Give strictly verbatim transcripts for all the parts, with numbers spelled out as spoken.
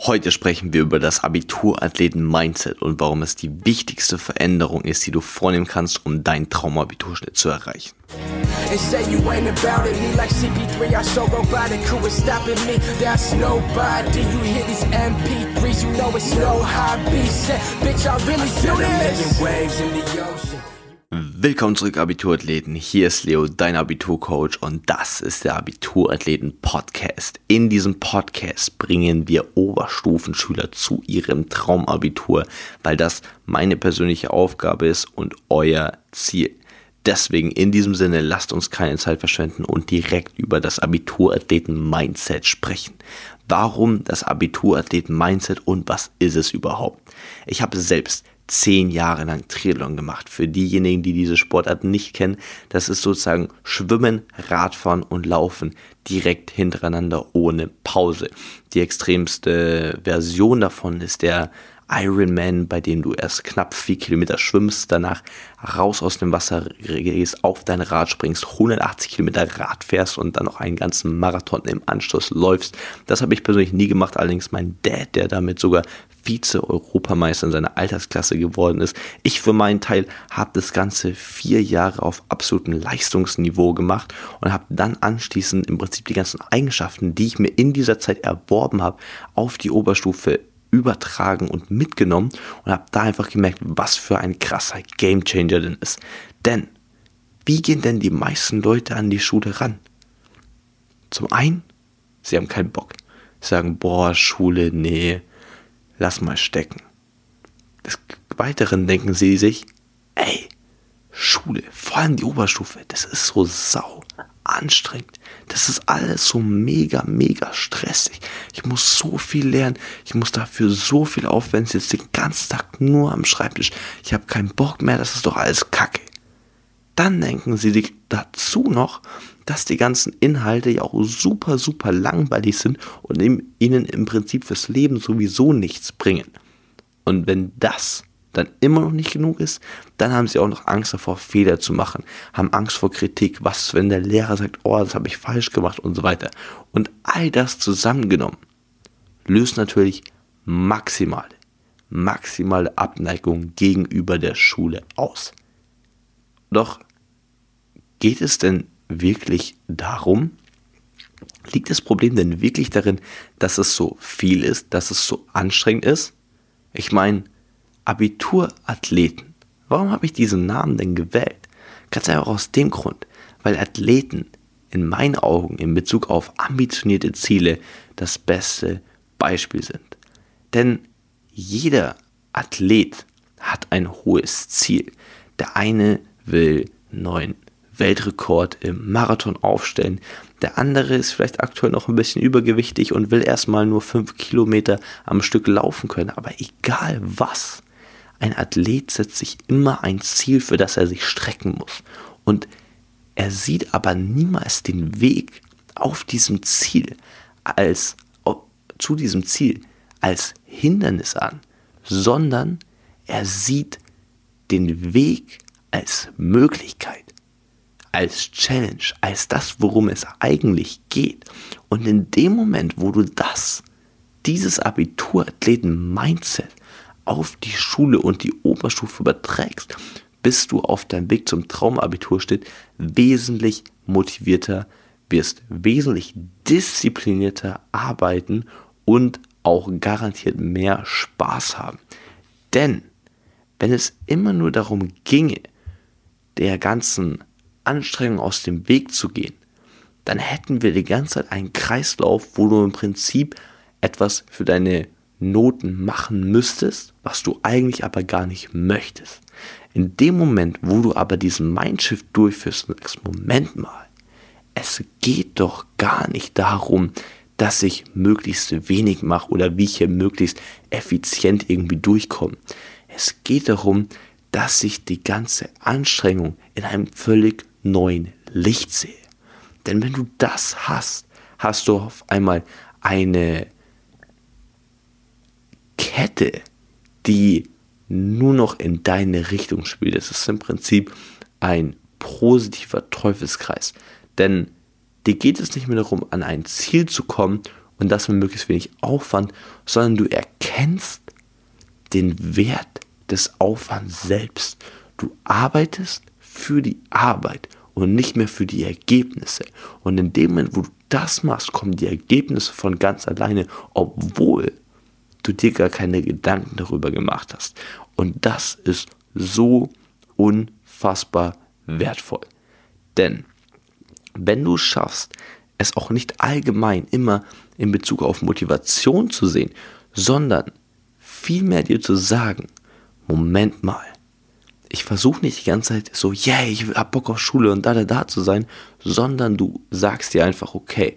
Heute sprechen wir über das Abiturathleten-Mindset und warum es die wichtigste Veränderung ist, die du vornehmen kannst, um deinen Traumabiturschnitt zu erreichen. Willkommen zurück, Abiturathleten. Hier ist Leo, dein Abiturcoach, und das ist der Abiturathleten-Podcast. In diesem Podcast bringen wir Oberstufenschüler zu ihrem Traumabitur, weil das meine persönliche Aufgabe ist und euer Ziel. Deswegen in diesem Sinne, lasst uns keine Zeit verschwenden und direkt über das Abiturathleten-Mindset sprechen. Warum das Abiturathleten-Mindset und was ist es überhaupt? Ich habe selbst zehn Jahre lang Triathlon gemacht. Für diejenigen, die diese Sportart nicht kennen, das ist sozusagen Schwimmen, Radfahren und Laufen direkt hintereinander ohne Pause. Die extremste Version davon ist der Ironman, bei dem du erst knapp vier Kilometer schwimmst, danach raus aus dem Wasser gehst, auf dein Rad springst, hundertachtzig Kilometer Rad fährst und dann noch einen ganzen Marathon im Anschluss läufst. Das habe ich persönlich nie gemacht, allerdings mein Dad, der damit sogar Vize-Europameister in seiner Altersklasse geworden ist. Ich für meinen Teil habe das Ganze vier Jahre auf absolutem Leistungsniveau gemacht und habe dann anschließend im Prinzip die ganzen Eigenschaften, die ich mir in dieser Zeit erworben habe, auf die Oberstufe übertragen und mitgenommen und habe da einfach gemerkt, was für ein krasser Gamechanger denn ist. Denn, wie gehen denn die meisten Leute an die Schule ran? Zum einen, sie haben keinen Bock. Sie sagen, boah, Schule, nee, lass mal stecken. Des Weiteren denken sie sich, ey, Schule, vor allem die Oberstufe, das ist so sau anstrengend. Das ist alles so mega, mega stressig. Ich muss so viel lernen. Ich muss dafür so viel aufwenden. Jetzt den ganzen Tag nur am Schreibtisch. Ich habe keinen Bock mehr. Das ist doch alles Kacke. Dann denken sie sich dazu noch, dass die ganzen Inhalte ja auch super, super langweilig sind und ihnen im Prinzip fürs Leben sowieso nichts bringen. Und wenn das dann immer noch nicht genug ist, dann haben sie auch noch Angst davor, Fehler zu machen, haben Angst vor Kritik, was, wenn der Lehrer sagt, oh, das habe ich falsch gemacht und so weiter. Und all das zusammengenommen löst natürlich maximale, maximale Abneigung gegenüber der Schule aus. Doch geht es denn wirklich darum? Liegt das Problem denn wirklich darin, dass es so viel ist, dass es so anstrengend ist? Ich meine, Abiturathleten. Warum habe ich diesen Namen denn gewählt? Ganz einfach aus dem Grund, weil Athleten in meinen Augen in Bezug auf ambitionierte Ziele das beste Beispiel sind. Denn jeder Athlet hat ein hohes Ziel. Der eine will einen neuen Weltrekord im Marathon aufstellen. Der andere ist vielleicht aktuell noch ein bisschen übergewichtig und will erstmal nur fünf Kilometer am Stück laufen können. Aber egal was, ein Athlet setzt sich immer ein Ziel, für das er sich strecken muss. Und er sieht aber niemals den Weg auf diesem Ziel als, zu diesem Ziel als Hindernis an, sondern er sieht den Weg als Möglichkeit, als Challenge, als das, worum es eigentlich geht. Und in dem Moment, wo du das, dieses Abiturathleten-Mindset auf die Schule und die Oberstufe überträgst, bist du auf deinem Weg zum Traumabiturschnitt wesentlich motivierter, wirst wesentlich disziplinierter arbeiten und auch garantiert mehr Spaß haben. Denn wenn es immer nur darum ginge, der ganzen Anstrengung aus dem Weg zu gehen, dann hätten wir die ganze Zeit einen Kreislauf, wo du im Prinzip etwas für deine Noten machen müsstest, was du eigentlich aber gar nicht möchtest. In dem Moment, wo du aber diesen Mindshift durchführst und sagst, Moment mal, es geht doch gar nicht darum, dass ich möglichst wenig mache oder wie ich hier möglichst effizient irgendwie durchkomme. Es geht darum, dass ich die ganze Anstrengung in einem völlig neuen Licht sehe. Denn wenn du das hast, hast du auf einmal eine Kette, die nur noch in deine Richtung spielt. Es ist im Prinzip ein positiver Teufelskreis. Denn dir geht es nicht mehr darum, an ein Ziel zu kommen und das mit möglichst wenig Aufwand, sondern du erkennst den Wert des Aufwands selbst. Du arbeitest für die Arbeit und nicht mehr für die Ergebnisse. Und in dem Moment, wo du das machst, kommen die Ergebnisse von ganz alleine, obwohl du dir gar keine Gedanken darüber gemacht hast. Und das ist so unfassbar wertvoll. Denn wenn du schaffst, es auch nicht allgemein immer in Bezug auf Motivation zu sehen, sondern vielmehr dir zu sagen, Moment mal, ich versuche nicht die ganze Zeit so, yeah, ich hab Bock auf Schule und da, da, da zu sein, sondern du sagst dir einfach, okay,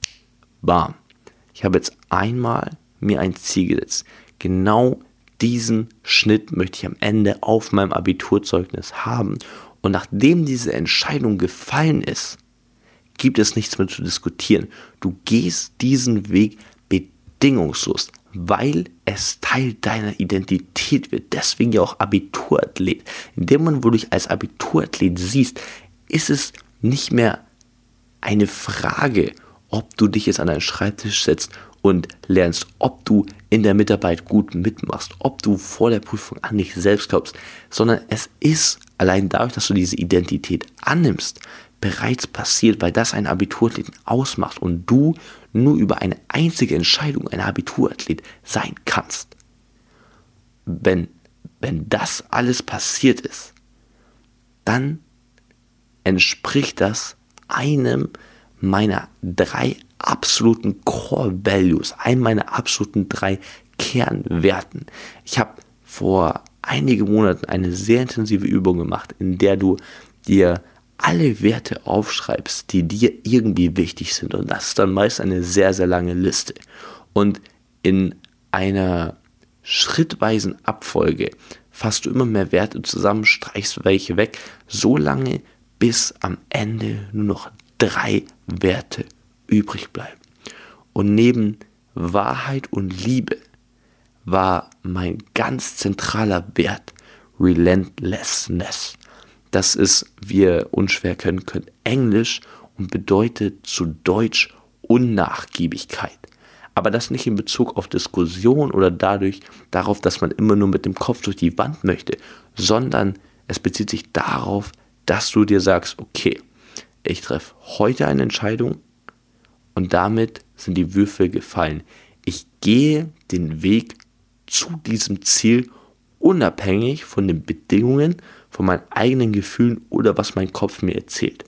bam, ich habe jetzt einmal mir ein Ziel gesetzt. Genau diesen Schnitt möchte ich am Ende auf meinem Abiturzeugnis haben. Und nachdem diese Entscheidung gefallen ist, gibt es nichts mehr zu diskutieren. Du gehst diesen Weg bedingungslos, weil es Teil deiner Identität wird. Deswegen ja auch Abiturathlet. In dem Moment, wo du dich als Abiturathlet siehst, ist es nicht mehr eine Frage, ob du dich jetzt an deinen Schreibtisch setzt und lernst, ob du in der Mitarbeit gut mitmachst, ob du vor der Prüfung an dich selbst glaubst, sondern es ist allein dadurch, dass du diese Identität annimmst, bereits passiert, weil das einen Abiturathleten ausmacht und du nur über eine einzige Entscheidung ein Abiturathlet sein kannst. Wenn, wenn das alles passiert ist, dann entspricht das einem meiner drei absoluten Core Values, einem meiner absoluten drei Kernwerten. Ich habe vor einigen Monaten eine sehr intensive Übung gemacht, in der du dir alle Werte aufschreibst, die dir irgendwie wichtig sind. Und das ist dann meist eine sehr, sehr lange Liste. Und in einer schrittweisen Abfolge fasst du immer mehr Werte zusammen, streichst welche weg, so lange, bis am Ende nur noch drei Werte übrig bleiben. Und neben Wahrheit und Liebe war mein ganz zentraler Wert Relentlessness. Das ist, wie ihr unschwer können könnt, Englisch und bedeutet zu Deutsch Unnachgiebigkeit. Aber das nicht in Bezug auf Diskussion oder dadurch darauf, dass man immer nur mit dem Kopf durch die Wand möchte, sondern es bezieht sich darauf, dass du dir sagst, okay, ich treffe heute eine Entscheidung und damit sind die Würfel gefallen. Ich gehe den Weg zu diesem Ziel unabhängig von den Bedingungen, von meinen eigenen Gefühlen oder was mein Kopf mir erzählt.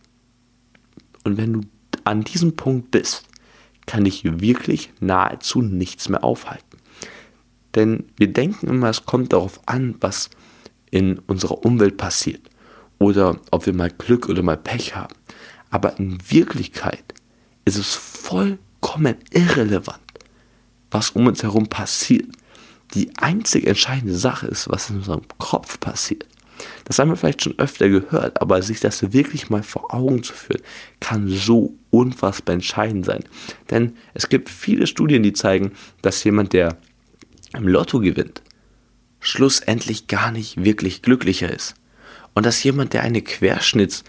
Und wenn du an diesem Punkt bist, kann dich wirklich nahezu nichts mehr aufhalten. Denn wir denken immer, es kommt darauf an, was in unserer Umwelt passiert oder ob wir mal Glück oder mal Pech haben. Aber in Wirklichkeit ist es vollkommen irrelevant, was um uns herum passiert. Die einzig entscheidende Sache ist, was in unserem Kopf passiert. Das haben wir vielleicht schon öfter gehört, aber sich das wirklich mal vor Augen zu führen, kann so unfassbar entscheidend sein. Denn es gibt viele Studien, die zeigen, dass jemand, der im Lotto gewinnt, schlussendlich gar nicht wirklich glücklicher ist. Und dass jemand, der eine Querschnitts...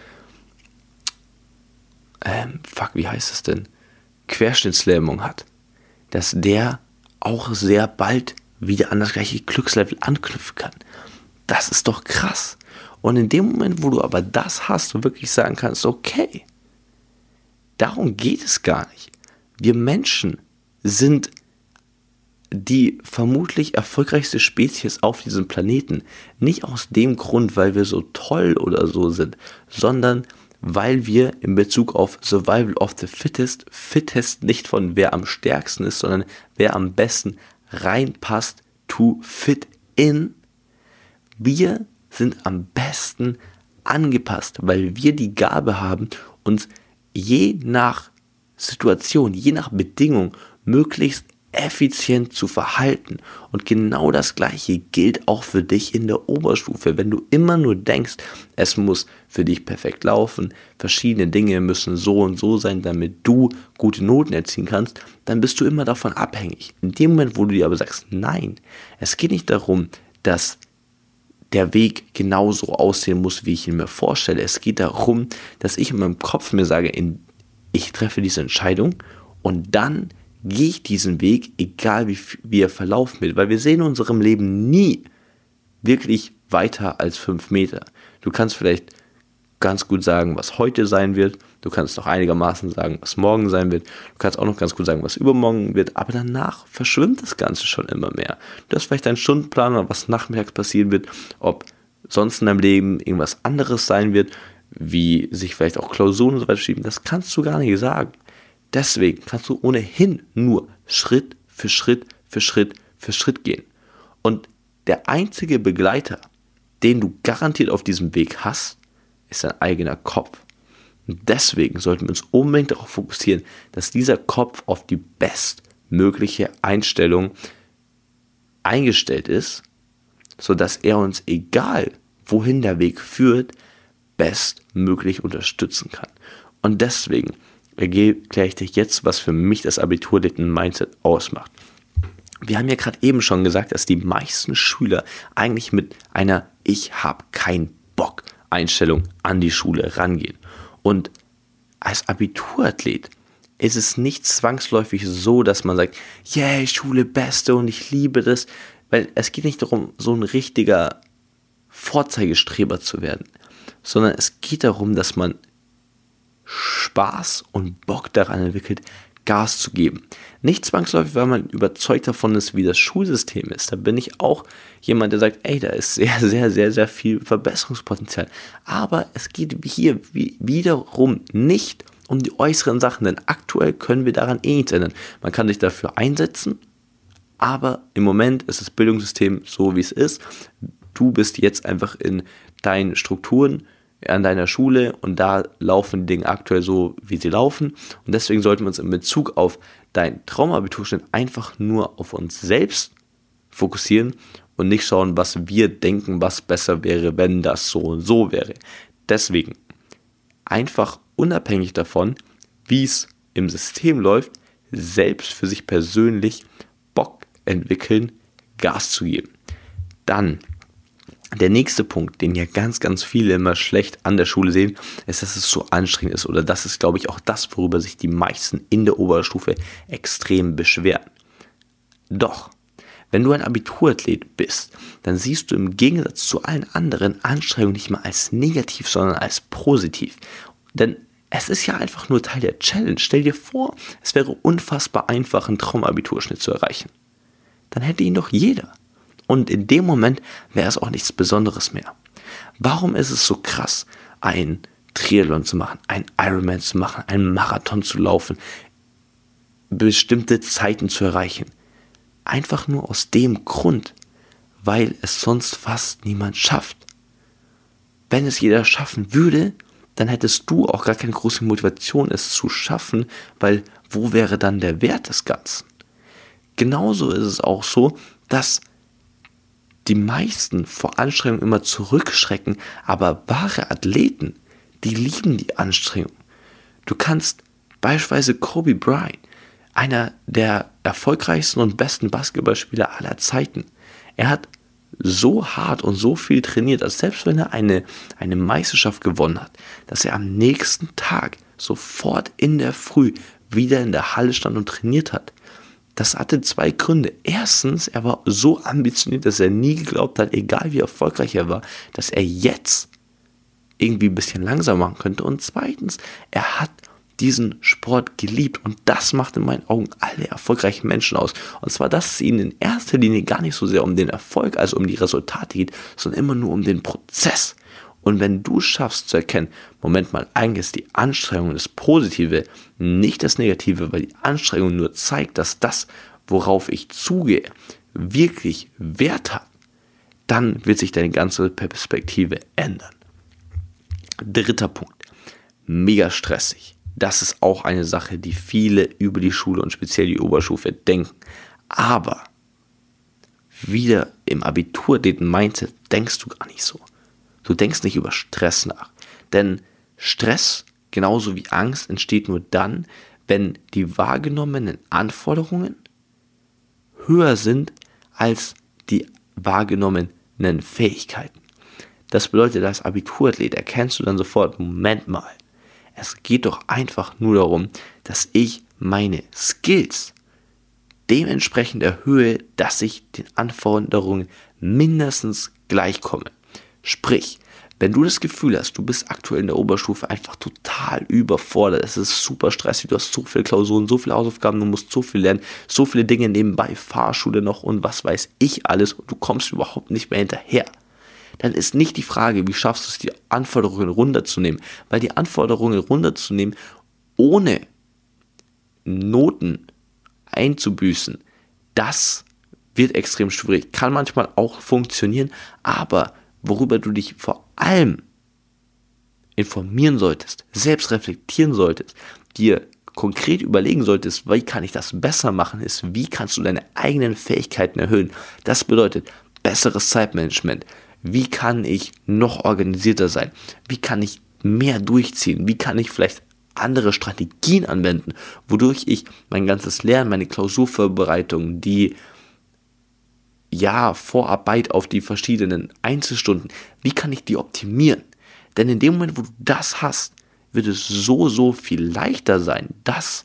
Ähm, fuck, wie heißt es denn? Querschnittslähmung hat, dass der auch sehr bald wieder an das gleiche Glückslevel anknüpfen kann. Das ist doch krass. Und in dem Moment, wo du aber das hast und wirklich sagen kannst, okay, darum geht es gar nicht. Wir Menschen sind die vermutlich erfolgreichste Spezies auf diesem Planeten. Nicht aus dem Grund, weil wir so toll oder so sind, sondern weil wir in Bezug auf Survival of the Fittest, Fittest nicht von wer am stärksten ist, sondern wer am besten reinpasst, to fit in. Wir sind am besten angepasst, weil wir die Gabe haben, uns je nach Situation, je nach Bedingung möglichst effizient zu verhalten. Und genau das Gleiche gilt auch für dich in der Oberstufe. Wenn du immer nur denkst, es muss für dich perfekt laufen, verschiedene Dinge müssen so und so sein, damit du gute Noten erzielen kannst, dann bist du immer davon abhängig. In dem Moment, wo du dir aber sagst, nein, es geht nicht darum, dass der Weg genauso aussehen muss, wie ich ihn mir vorstelle. Es geht darum, dass ich in meinem Kopf mir sage, ich treffe diese Entscheidung und dann gehe ich diesen Weg, egal wie, wie er verlaufen wird, weil wir sehen in unserem Leben nie wirklich weiter als fünf Meter. Du kannst vielleicht ganz gut sagen, was heute sein wird, du kannst noch einigermaßen sagen, was morgen sein wird, du kannst auch noch ganz gut sagen, was übermorgen wird, aber danach verschwimmt das Ganze schon immer mehr. Du hast vielleicht einen Stundenplan oder was nachmittags passieren wird, ob sonst in deinem Leben irgendwas anderes sein wird, wie sich vielleicht auch Klausuren und so weiter schieben, das kannst du gar nicht sagen. Deswegen kannst du ohnehin nur Schritt für Schritt für Schritt für Schritt gehen. Und der einzige Begleiter, den du garantiert auf diesem Weg hast, ist dein eigener Kopf. Und deswegen sollten wir uns unbedingt darauf fokussieren, dass dieser Kopf auf die bestmögliche Einstellung eingestellt ist, sodass er uns, egal wohin der Weg führt, bestmöglich unterstützen kann. Und deswegen erkläre ich dir jetzt, was für mich das Abiturlitten-Mindset ausmacht. Wir haben ja gerade eben schon gesagt, dass die meisten Schüler eigentlich mit einer Ich hab keinen Bock Einstellung an die Schule rangehen. Und als Abiturathlet ist es nicht zwangsläufig so, dass man sagt, yeah, Schule Beste und ich liebe das, weil es geht nicht darum, so ein richtiger Vorzeigestreber zu werden, sondern es geht darum, dass man Spaß und Bock daran entwickelt, Gas zu geben. Nicht zwangsläufig, weil man überzeugt davon ist, wie das Schulsystem ist. Da bin ich auch jemand, der sagt, ey, da ist sehr, sehr, sehr, sehr viel Verbesserungspotenzial. Aber es geht hier wiederum nicht um die äußeren Sachen, denn aktuell können wir daran eh nichts ändern. Man kann sich dafür einsetzen, aber im Moment ist das Bildungssystem so, wie es ist. Du bist jetzt einfach in deinen Strukturen an deiner Schule und da laufen die Dinge aktuell so, wie sie laufen. Und deswegen sollten wir uns in Bezug auf dein Traumabiturschnitt einfach nur auf uns selbst fokussieren und nicht schauen, was wir denken, was besser wäre, wenn das so und so wäre. Deswegen einfach unabhängig davon, wie es im System läuft, selbst für sich persönlich Bock entwickeln, Gas zu geben. Dann der nächste Punkt, den ja ganz, ganz viele immer schlecht an der Schule sehen, ist, dass es so anstrengend ist. Oder das ist, glaube ich, auch das, worüber sich die meisten in der Oberstufe extrem beschweren. Doch, wenn du ein Abiturathlet bist, dann siehst du im Gegensatz zu allen anderen Anstrengungen nicht mal als negativ, sondern als positiv. Denn es ist ja einfach nur Teil der Challenge. Stell dir vor, es wäre unfassbar einfach, einen Traumabiturschnitt zu erreichen. Dann hätte ihn doch jeder. Und in dem Moment wäre es auch nichts Besonderes mehr. Warum ist es so krass, ein Triathlon zu machen, ein Ironman zu machen, einen Marathon zu laufen, bestimmte Zeiten zu erreichen? Einfach nur aus dem Grund, weil es sonst fast niemand schafft. Wenn es jeder schaffen würde, dann hättest du auch gar keine große Motivation, es zu schaffen, weil wo wäre dann der Wert des Ganzen? Genauso ist es auch so, dass die meisten vor Anstrengung immer zurückschrecken, aber wahre Athleten, die lieben die Anstrengung. Du kannst beispielsweise Kobe Bryant, einer der erfolgreichsten und besten Basketballspieler aller Zeiten, er hat so hart und so viel trainiert, dass selbst wenn er eine, eine Meisterschaft gewonnen hat, dass er am nächsten Tag sofort in der Früh wieder in der Halle stand und trainiert hat. Das hatte zwei Gründe. Erstens, er war so ambitioniert, dass er nie geglaubt hat, egal wie erfolgreich er war, dass er jetzt irgendwie ein bisschen langsamer machen könnte. Und zweitens, er hat diesen Sport geliebt und das macht in meinen Augen alle erfolgreichen Menschen aus. Und zwar, dass es ihnen in erster Linie gar nicht so sehr um den Erfolg, also um die Resultate geht, sondern immer nur um den Prozess. Und wenn du schaffst zu erkennen, Moment mal, eigentlich ist die Anstrengung das Positive, nicht das Negative, weil die Anstrengung nur zeigt, dass das, worauf ich zugehe, wirklich Wert hat, dann wird sich deine ganze Perspektive ändern. Dritter Punkt, mega stressig. Das ist auch eine Sache, die viele über die Schule und speziell die Oberstufe denken. Aber wieder im Abitur, den Mindset, denkst du gar nicht so. Du denkst nicht über Stress nach. Denn Stress, genauso wie Angst, entsteht nur dann, wenn die wahrgenommenen Anforderungen höher sind als die wahrgenommenen Fähigkeiten. Das bedeutet, als Abiturathlet erkennst du dann sofort, Moment mal, es geht doch einfach nur darum, dass ich meine Skills dementsprechend erhöhe, dass ich den Anforderungen mindestens gleichkomme. Sprich, wenn du das Gefühl hast, du bist aktuell in der Oberstufe einfach total überfordert, es ist super stressig, du hast so viele Klausuren, so viele Hausaufgaben, du musst so viel lernen, so viele Dinge nebenbei, Fahrschule noch und was weiß ich alles und du kommst überhaupt nicht mehr hinterher, dann ist nicht die Frage, wie schaffst du es, die Anforderungen runterzunehmen, weil die Anforderungen runterzunehmen, ohne Noten einzubüßen, das wird extrem schwierig, kann manchmal auch funktionieren, aber worüber du dich vor allem informieren solltest, selbst reflektieren solltest, dir konkret überlegen solltest, wie kann ich das besser machen, ist, wie kannst du deine eigenen Fähigkeiten erhöhen. Das bedeutet besseres Zeitmanagement. Wie kann ich noch organisierter sein? Wie kann ich mehr durchziehen? Wie kann ich vielleicht andere Strategien anwenden, wodurch ich mein ganzes Lernen, meine Klausurvorbereitung, die ja, Vorarbeit auf die verschiedenen Einzelstunden, wie kann ich die optimieren? Denn in dem Moment, wo du das hast, wird es so, so viel leichter sein, das,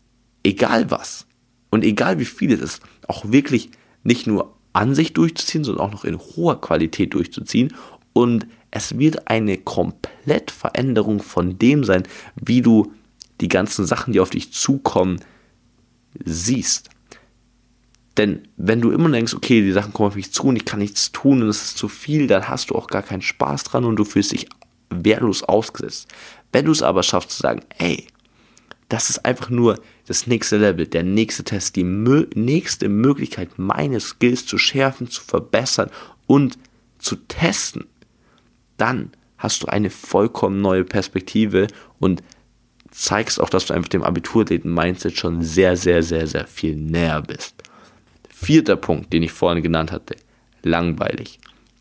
egal was und egal wie viel es ist, auch wirklich nicht nur an sich durchzuziehen, sondern auch noch in hoher Qualität durchzuziehen. Und es wird eine Komplettveränderung von dem sein, wie du die ganzen Sachen, die auf dich zukommen, siehst. Denn wenn du immer denkst, okay, die Sachen kommen auf mich zu und ich kann nichts tun und es ist zu viel, dann hast du auch gar keinen Spaß dran und du fühlst dich wehrlos ausgesetzt. Wenn du es aber schaffst zu sagen, ey, das ist einfach nur das nächste Level, der nächste Test, die mö- nächste Möglichkeit, meine Skills zu schärfen, zu verbessern und zu testen, dann hast du eine vollkommen neue Perspektive und zeigst auch, dass du einfach dem Abiturathleten-Mindset schon sehr, sehr, sehr, sehr viel näher bist. Vierter Punkt, den ich vorhin genannt hatte, langweilig.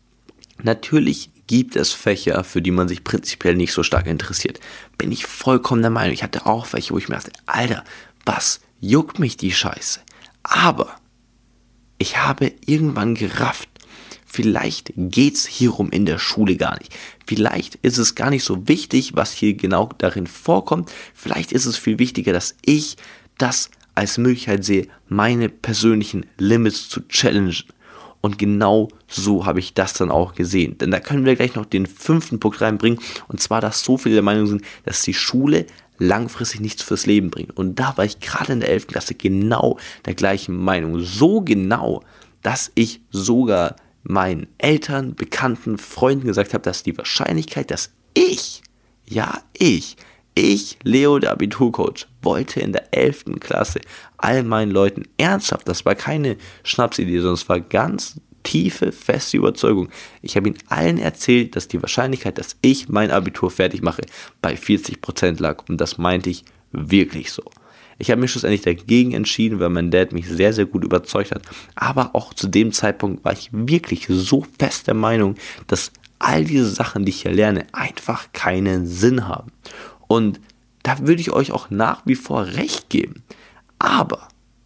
Natürlich gibt es Fächer, für die man sich prinzipiell nicht so stark interessiert. Bin ich vollkommen der Meinung. Ich hatte auch Fächer, wo ich mir dachte, Alter, was juckt mich die Scheiße? Aber ich habe irgendwann gerafft, vielleicht geht es hierum in der Schule gar nicht. Vielleicht ist es gar nicht so wichtig, was hier genau darin vorkommt. Vielleicht ist es viel wichtiger, dass ich das als Möglichkeit sehe, meine persönlichen Limits zu challengen. Und genau so habe ich das dann auch gesehen. Denn da können wir gleich noch den fünften Punkt reinbringen. Und zwar, dass so viele der Meinung sind, dass die Schule langfristig nichts fürs Leben bringt. Und da war ich gerade in der elften Klasse genau der gleichen Meinung. So genau, dass ich sogar meinen Eltern, Bekannten, Freunden gesagt habe, dass die Wahrscheinlichkeit, dass ich, ja ich, Ich, Leo, der Abiturcoach, wollte in der elften Klasse all meinen Leuten ernsthaft, das war keine Schnapsidee, sondern es war ganz tiefe, feste Überzeugung. Ich habe ihnen allen erzählt, dass die Wahrscheinlichkeit, dass ich mein Abitur fertig mache, bei vierzig Prozent lag. Und das meinte ich wirklich so. Ich habe mich schlussendlich dagegen entschieden, weil mein Dad mich sehr, sehr gut überzeugt hat. Aber auch zu dem Zeitpunkt war ich wirklich so fest der Meinung, dass all diese Sachen, die ich hier lerne, einfach keinen Sinn haben. Und da würde ich euch auch nach wie vor recht geben. Aber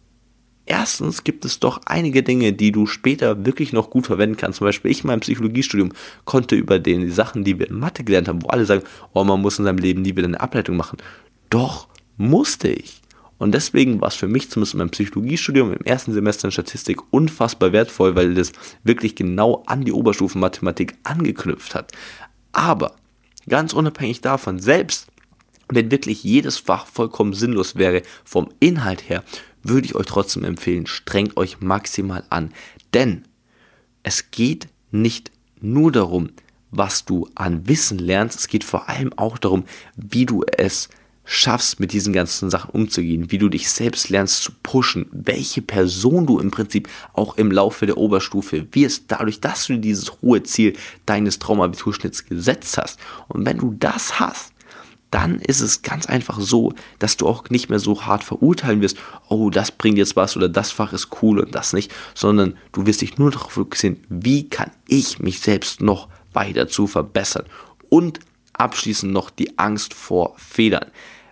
erstens gibt es doch einige Dinge, die du später wirklich noch gut verwenden kannst. Zum Beispiel ich in meinem Psychologiestudium konnte über die Sachen, die wir in Mathe gelernt haben, wo alle sagen, oh, man muss in seinem Leben nie wieder eine Ableitung machen. Doch musste ich. Und deswegen war es für mich zumindest in meinem Psychologiestudium im ersten Semester in Statistik unfassbar wertvoll, weil das wirklich genau an die Oberstufenmathematik angeknüpft hat. Aber ganz unabhängig davon, selbst wenn wirklich jedes Fach vollkommen sinnlos wäre vom Inhalt her, würde ich euch trotzdem empfehlen, strengt euch maximal an. Denn es geht nicht nur darum, was du an Wissen lernst, es geht vor allem auch darum, wie du es schaffst, mit diesen ganzen Sachen umzugehen, wie du dich selbst lernst zu pushen, welche Person du im Prinzip auch im Laufe der Oberstufe wirst, dadurch, dass du dieses hohe Ziel deines Traumabiturschnitts gesetzt hast. Und wenn du das hast, dann ist es ganz einfach so, dass du auch nicht mehr so hart verurteilen wirst, oh, das bringt jetzt was oder das Fach ist cool und das nicht, sondern du wirst dich nur darauf fokussieren, wie kann ich mich selbst noch weiter zu verbessern. Und abschließend noch die Angst vor Fehlern.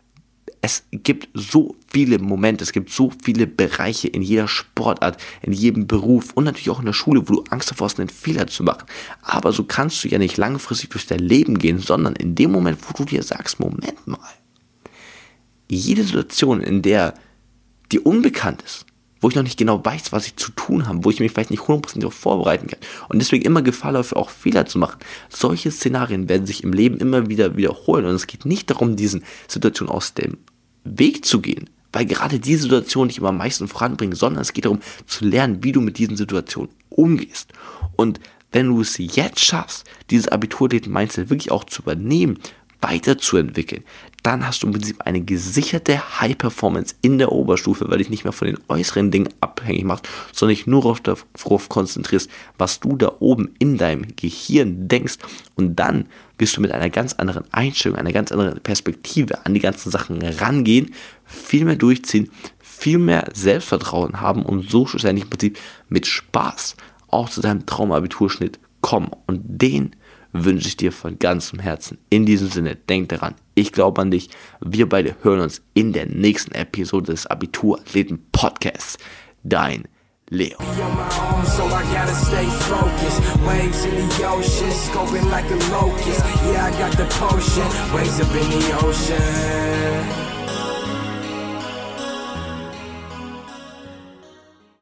Es gibt so viele Momente, es gibt so viele Bereiche in jeder Sportart, in jedem Beruf und natürlich auch in der Schule, wo du Angst davor hast, einen Fehler zu machen. Aber so kannst du ja nicht langfristig durch dein Leben gehen, sondern in dem Moment, wo du dir sagst, Moment mal, jede Situation, in der dir unbekannt ist, wo ich noch nicht genau weiß, was ich zu tun habe, wo ich mich vielleicht nicht hundertprozentig darauf vorbereiten kann und deswegen immer Gefahr läuft, auch Fehler zu machen. Solche Szenarien werden sich im Leben immer wieder wiederholen und es geht nicht darum, diesen Situationen aus dem Weg zu gehen, weil gerade diese Situationen dich immer am meisten voranbringen, sondern es geht darum, zu lernen, wie du mit diesen Situationen umgehst. Und wenn du es jetzt schaffst, dieses Abiturdaten-Mindset wirklich auch zu übernehmen, weiterzuentwickeln, dann hast du im Prinzip eine gesicherte High-Performance in der Oberstufe, weil dich nicht mehr von den äußeren Dingen abhängig machst, sondern dich nur darauf konzentrierst, was du da oben in deinem Gehirn denkst und dann wirst du mit einer ganz anderen Einstellung, einer ganz anderen Perspektive an die ganzen Sachen rangehen, viel mehr durchziehen, viel mehr Selbstvertrauen haben und so schlussendlich im Prinzip mit Spaß auch zu deinem Traumabiturschnitt kommen und den wünsche ich dir von ganzem Herzen. In diesem Sinne, denk daran, ich glaube an dich. Wir beide hören uns in der nächsten Episode des Abiturathleten-Podcasts. Dein Leo. So I gotta stay focused. Waves in the ocean, scoping like a locust. Yeah, I got the potion. Waves up in the ocean.